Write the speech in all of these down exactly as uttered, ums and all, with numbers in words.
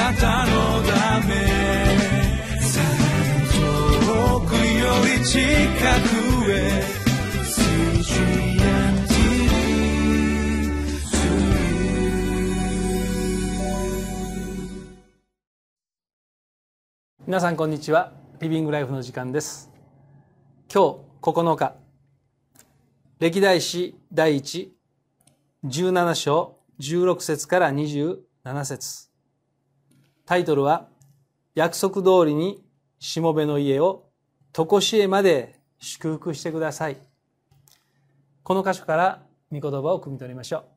なたのため遠くより近くへ皆さんこんにちは。リビングライフの時間です。今日ここのか、歴代史第一じゅうなな章じゅうろく節からにじゅうなな節、タイトルは約束通りにしもべの家を常しえまで祝福してください。この箇所から御言葉を汲み取りましょう。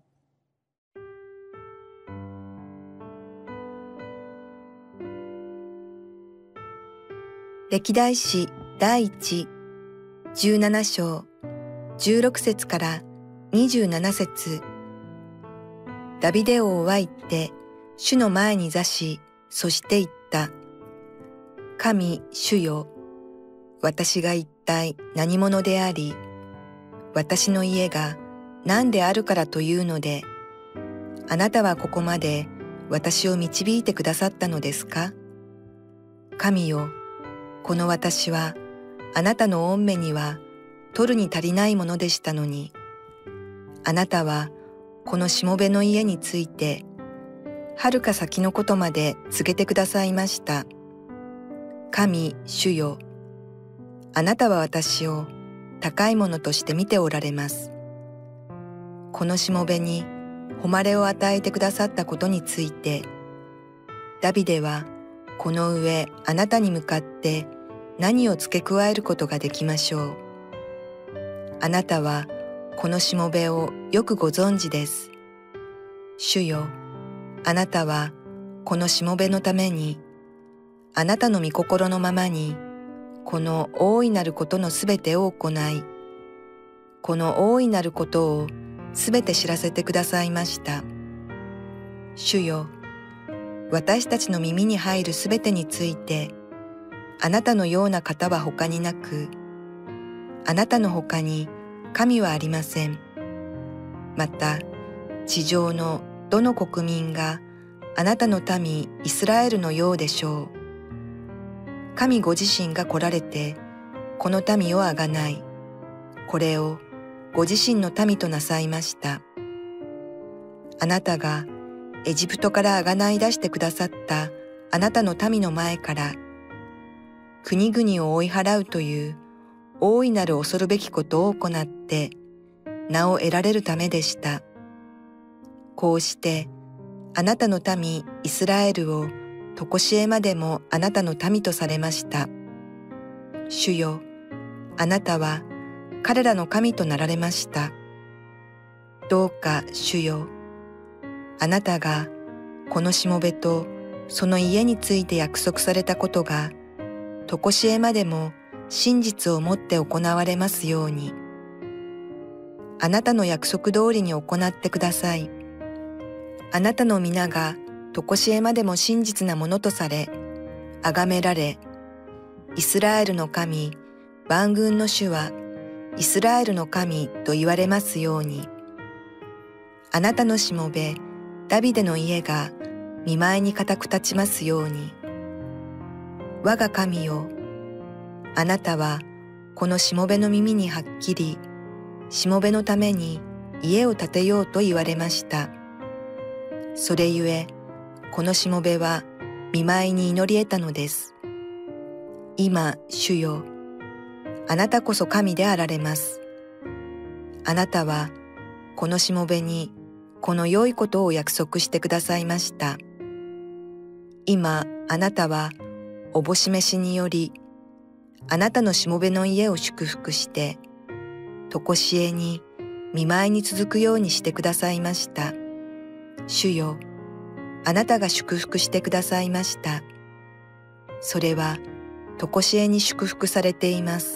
歴代史第一じゅうなな章じゅうろく節からにじゅうなな節。ダビデ王は言って主の前に座し、そして言った。神主よ、私が一体何者であり、私の家が何であるからというので、あなたはここまで私を導いてくださったのですか？神よ、この私はあなたの御目には取るに足りないものでしたのに、あなたはこのしもべの家についてはるか先のことまで告げてくださいました。神主よ、あなたは私を高いものとして見ておられます。このしもべに誉れを与えてくださったことについて、ダビデはこの上あなたに向かって何を付け加えることができましょう。あなたはこのしもべをよくご存知です。主よ、あなたはこのしもべのために、あなたの御心のままに、この大いなることのすべてを行い、この大いなることをすべて知らせてくださいました。主よ、私たちの耳に入るすべてについて、あなたのような方は他になく、あなたの他に神はありません。また、地上のどの国民があなたの民イスラエルのようでしょう。神ご自身が来られて、この民をあがない、これをご自身の民となさいました。あなたがエジプトからあがない出してくださったあなたの民の前から、国々を追い払うという大いなる恐るべきことを行って名を得られるためでした。こうしてあなたの民イスラエルを常しえまでもあなたの民とされました。主よ、あなたは彼らの神となられました。どうか主よ、あなたがこのしもべとその家について約束されたことが常しえまでも真実をもって行われますように。あなたの約束通りに行ってください。あなたの皆が常しえまでも真実なものとされ、崇められ、イスラエルの神、万軍の主はイスラエルの神と言われますように。あなたのしもべ、ダビデの家が見舞いに固く立ちますように。我が神よ、あなたはこのしもべの耳にはっきり、しもべのために家を建てようと言われました。それゆえ、このしもべは見舞いに祈り得たのです。今、主よ、あなたこそ神であられます。あなたはこのしもべにこの良いことを約束してくださいました。今、あなたはおぼしめしにより、あなたのしもべの家を祝福して、常しえに見舞いに続くようにしてくださいました。主よ、あなたが祝福してくださいました。それは常しえに祝福されています。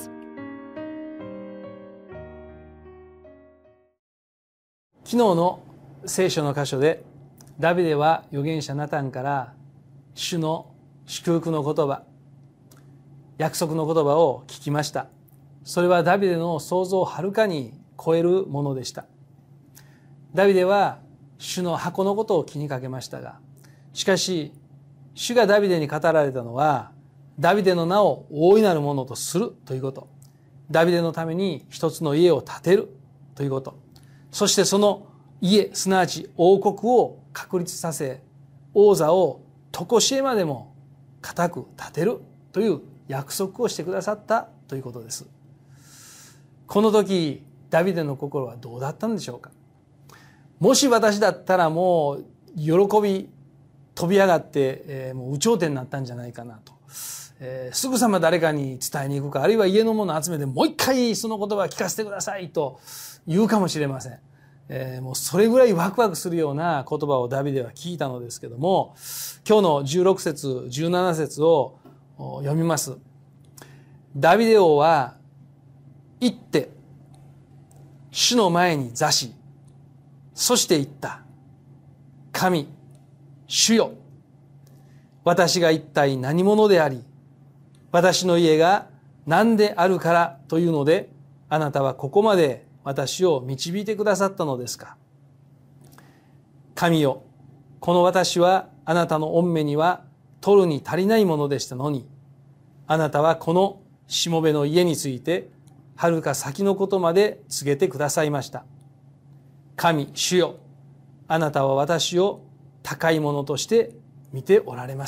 昨日の聖書の箇所で、ダビデは預言者ナタンから主の祝福の言葉、約束の言葉を聞きました。それはダビデの想像をはるかに超えるものでした。ダビデは主の箱のことを気にかけましたが、しかし主がダビデに語られたのは、ダビデの名を大いなるものとするということ。ダビデのために一つの家を建てるということ。そしてその家、すなわち王国を確立させ、王座を常しえまでも固く建てるという約束をしてくださったということです。この時、ダビデの心はどうだったんでしょうか。もし私だったらもう喜び飛び上がって、えー、もう有頂天になったんじゃないかなと、えー、すぐさま誰かに伝えに行くか、あるいは家の者を集めてもう一回その言葉を聞かせてくださいと言うかもしれません。えー、もうそれぐらいワクワクするような言葉をダビデは聞いたのですけども、今日のじゅうろく節じゅうなな節を読みます。ダビデ王は行って主の前に座し、そして言った。神、主よ、私が一体何者であり、私の家が何であるからというので、あなたはここまで私を導いてくださったのですか。神よ、この私はあなたの御目には取るに足りないものでしたのに、あなたはこのしもべの家について遥か先のことまで告げてくださいました。神、主よ、あなたは私を高いものとして見ておられます。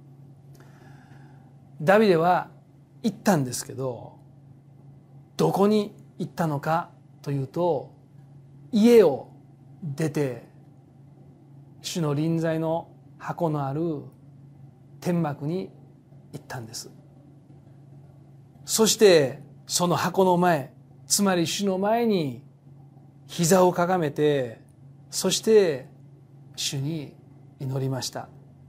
ダビデは行ったんですけど、どこに行ったのかというと、家を出て主の臨在の箱のある天幕に行ったんです。そしてその箱の前、つまり主の前に膝をかがめて、そして主に祈りました。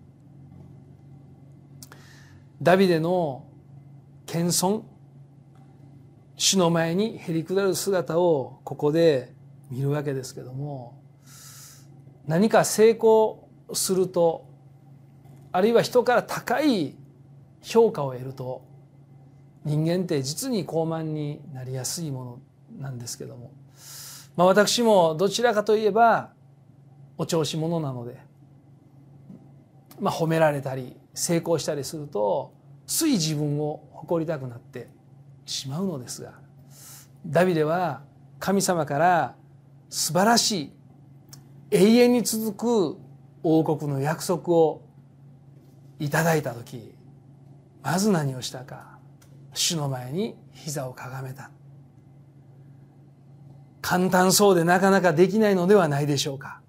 ダビデの謙遜、主の前にへりくだる姿をここで見るわけですけども、何か成功すると、あるいは人から高い評価を得ると、人間って実に高慢になりやすいものなんですけども、まあ、私もどちらかといえばお調子者なので、まあ、褒められたり成功したりするとつい自分を誇りたくなってしまうのですが、ダビデは神様から素晴らしい永遠に続く王国の約束をいただいた時、まず何をしたか、主の前に膝をかがめた。簡単そうでなかなかできないのではないでしょうか。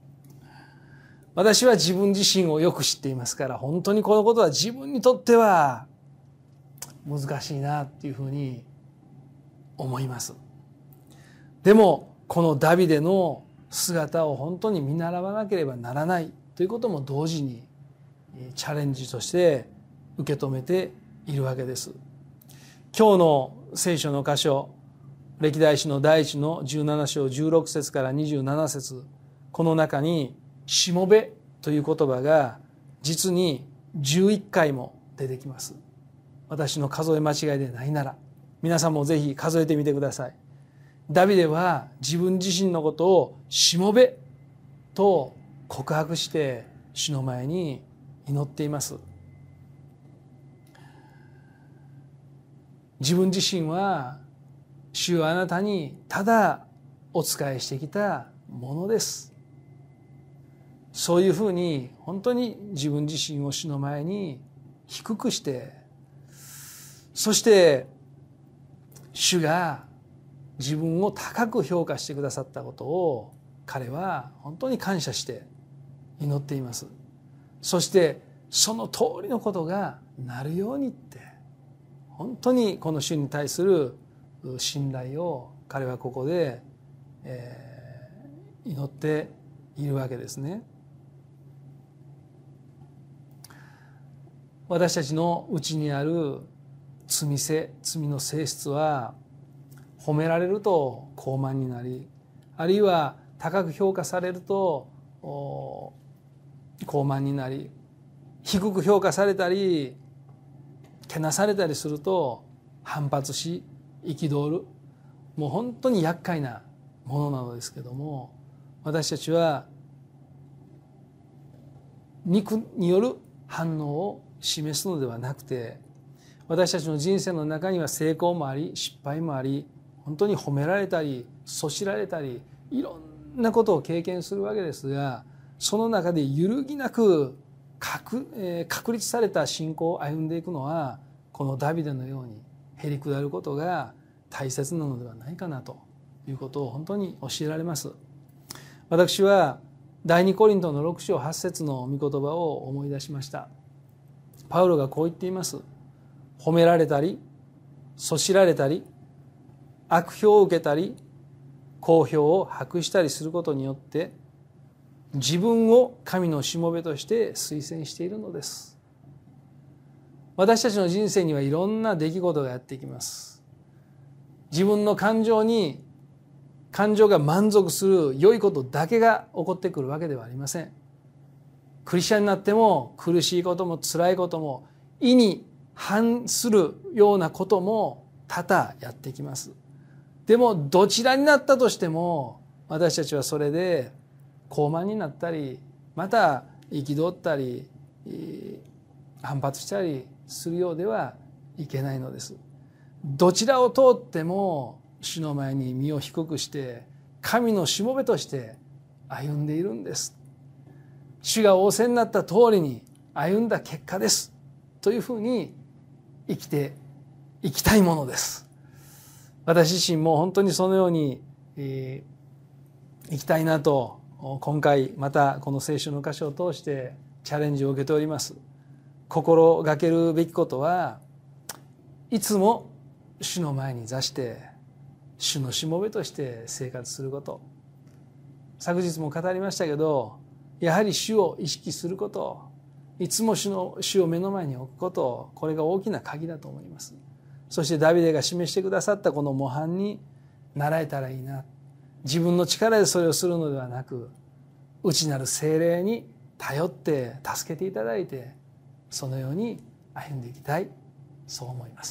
私は自分自身をよく知っていますから、本当にこのことは自分にとっては難しいなっていうふうに思います。でもこのダビデの姿を本当に見習わなければならないということも同時にチャレンジとして受け止めているわけです。今日の聖書の箇所、歴代史の第一のじゅうなな章じゅうろく節からにじゅうなな節、この中にしもべという言葉が実にじゅういっかいも出てきます。私の数え間違いでないなら皆さんもぜひ数えてみてください。ダビデは自分自身のことをしもべと告白して主の前に祈っています。自分自身は主はあなたにただお仕えしてきたものです。そういうふうに本当に自分自身を主の前に低くして、そして主が自分を高く評価してくださったことを彼は本当に感謝して祈っています。そしてその通りのことがなるようにって本当にこの主に対する信頼を彼はここで、えー、祈っているわけですね。私たちのうちにある罪性、罪の性質は褒められると高慢になり、あるいは高く評価されると高慢になり、低く評価されたりけなされたりすると反発し憤る、もう本当に厄介なものなのですけども、私たちは肉による反応を示すのではなくて、私たちの人生の中には成功もあり失敗もあり、本当に褒められたりそしられたりいろんなことを経験するわけですが、その中で揺るぎなく 確,、えー、確立された信仰を歩んでいくのは、このダビデのようにへり下ることが大切なのではないかなということを本当に教えられます。私は第二コリントのろく章はち節の御言葉を思い出しました。パウロがこう言っています。褒められたりそしられたり悪評を受けたり好評を博したりすることによって自分を神のしもべとして推薦しているのです。私たちの人生にはいろんな出来事がやってきます。自分の感情に感情が満足する良いことだけが起こってくるわけではありません。クリスチャンになっても苦しいことも辛いことも意に反するようなことも多々やってきます。でもどちらになったとしても私たちはそれで高慢になったり、また憤ったり反発したりするようではいけないのです。どちらを通っても主の前に身を低くして神のしもべとして歩んでいるんです。主が仰せになった通りに歩んだ結果ですというふうに生きていきたいものです。私自身も本当にそのように、えー、生きたいなと今回またこの聖書の箇所を通してチャレンジを受けております。心がけるべきことはいつも主の前に座して主のしもべとして生活すること。昨日も語りましたけど、やはり主を意識すること、いつも主の主を目の前に置くこと、これが大きな鍵だと思います。そしてダビデが示してくださったこの模範に習えたらいいな。自分の力でそれをするのではなく、内なる聖霊に頼って助けていただいて、そのように歩んでいきたい、そう思います。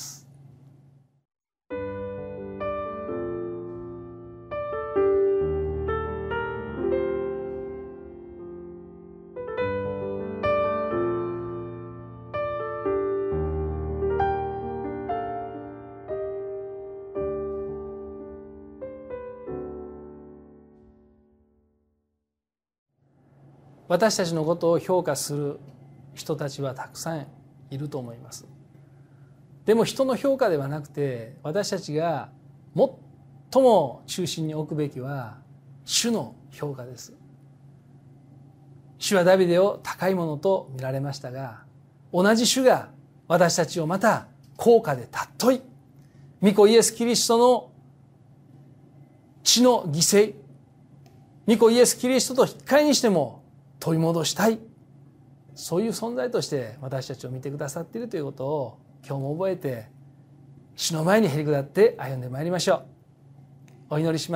私たちのことを評価する人たちはたくさんいると思います。でも人の評価ではなくて、私たちが最も中心に置くべきは主の評価です。主はダビデを高いものと見られましたが、同じ主が私たちをまた高価で尊い御子イエス・キリストの血の犠牲、御子イエス・キリストと引き換えにしても取り戻したい、そういう存在として私たちを見てくださっているということを今日も覚えて、主の前にへり下って歩んでまいりましょう。お祈りします。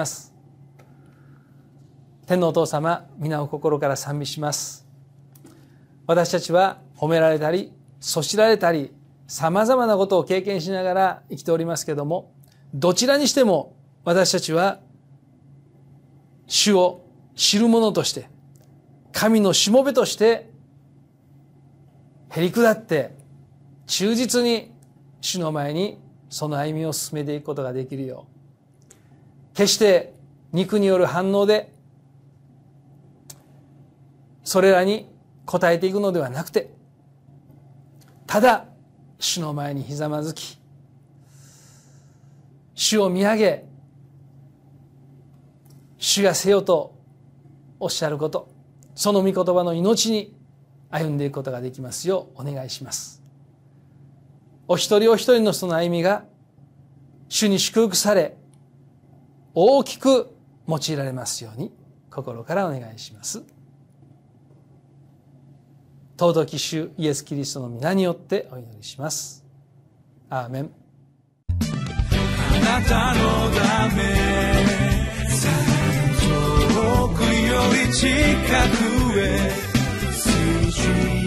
天のお父様、皆を心から賛美します。私たちは褒められたりそしられたりさまざまなことを経験しながら生きておりますけれども、どちらにしても私たちは主を知る者として、神のしもべとしてへり下って忠実に主の前にその歩みを進めていくことができるよう、決して肉による反応でそれらに応えていくのではなくて、ただ主の前にひざまずき、主を見上げ、主がせよとおっしゃること、その御言葉の命に歩んでいくことができますようお願いします。お一人お一人のその歩みが主に祝福され、大きく用いられますように心からお願いします。尊き主イエス・キリストの皆によってお祈りします。アーメン。 あなたのため遠くより近くへ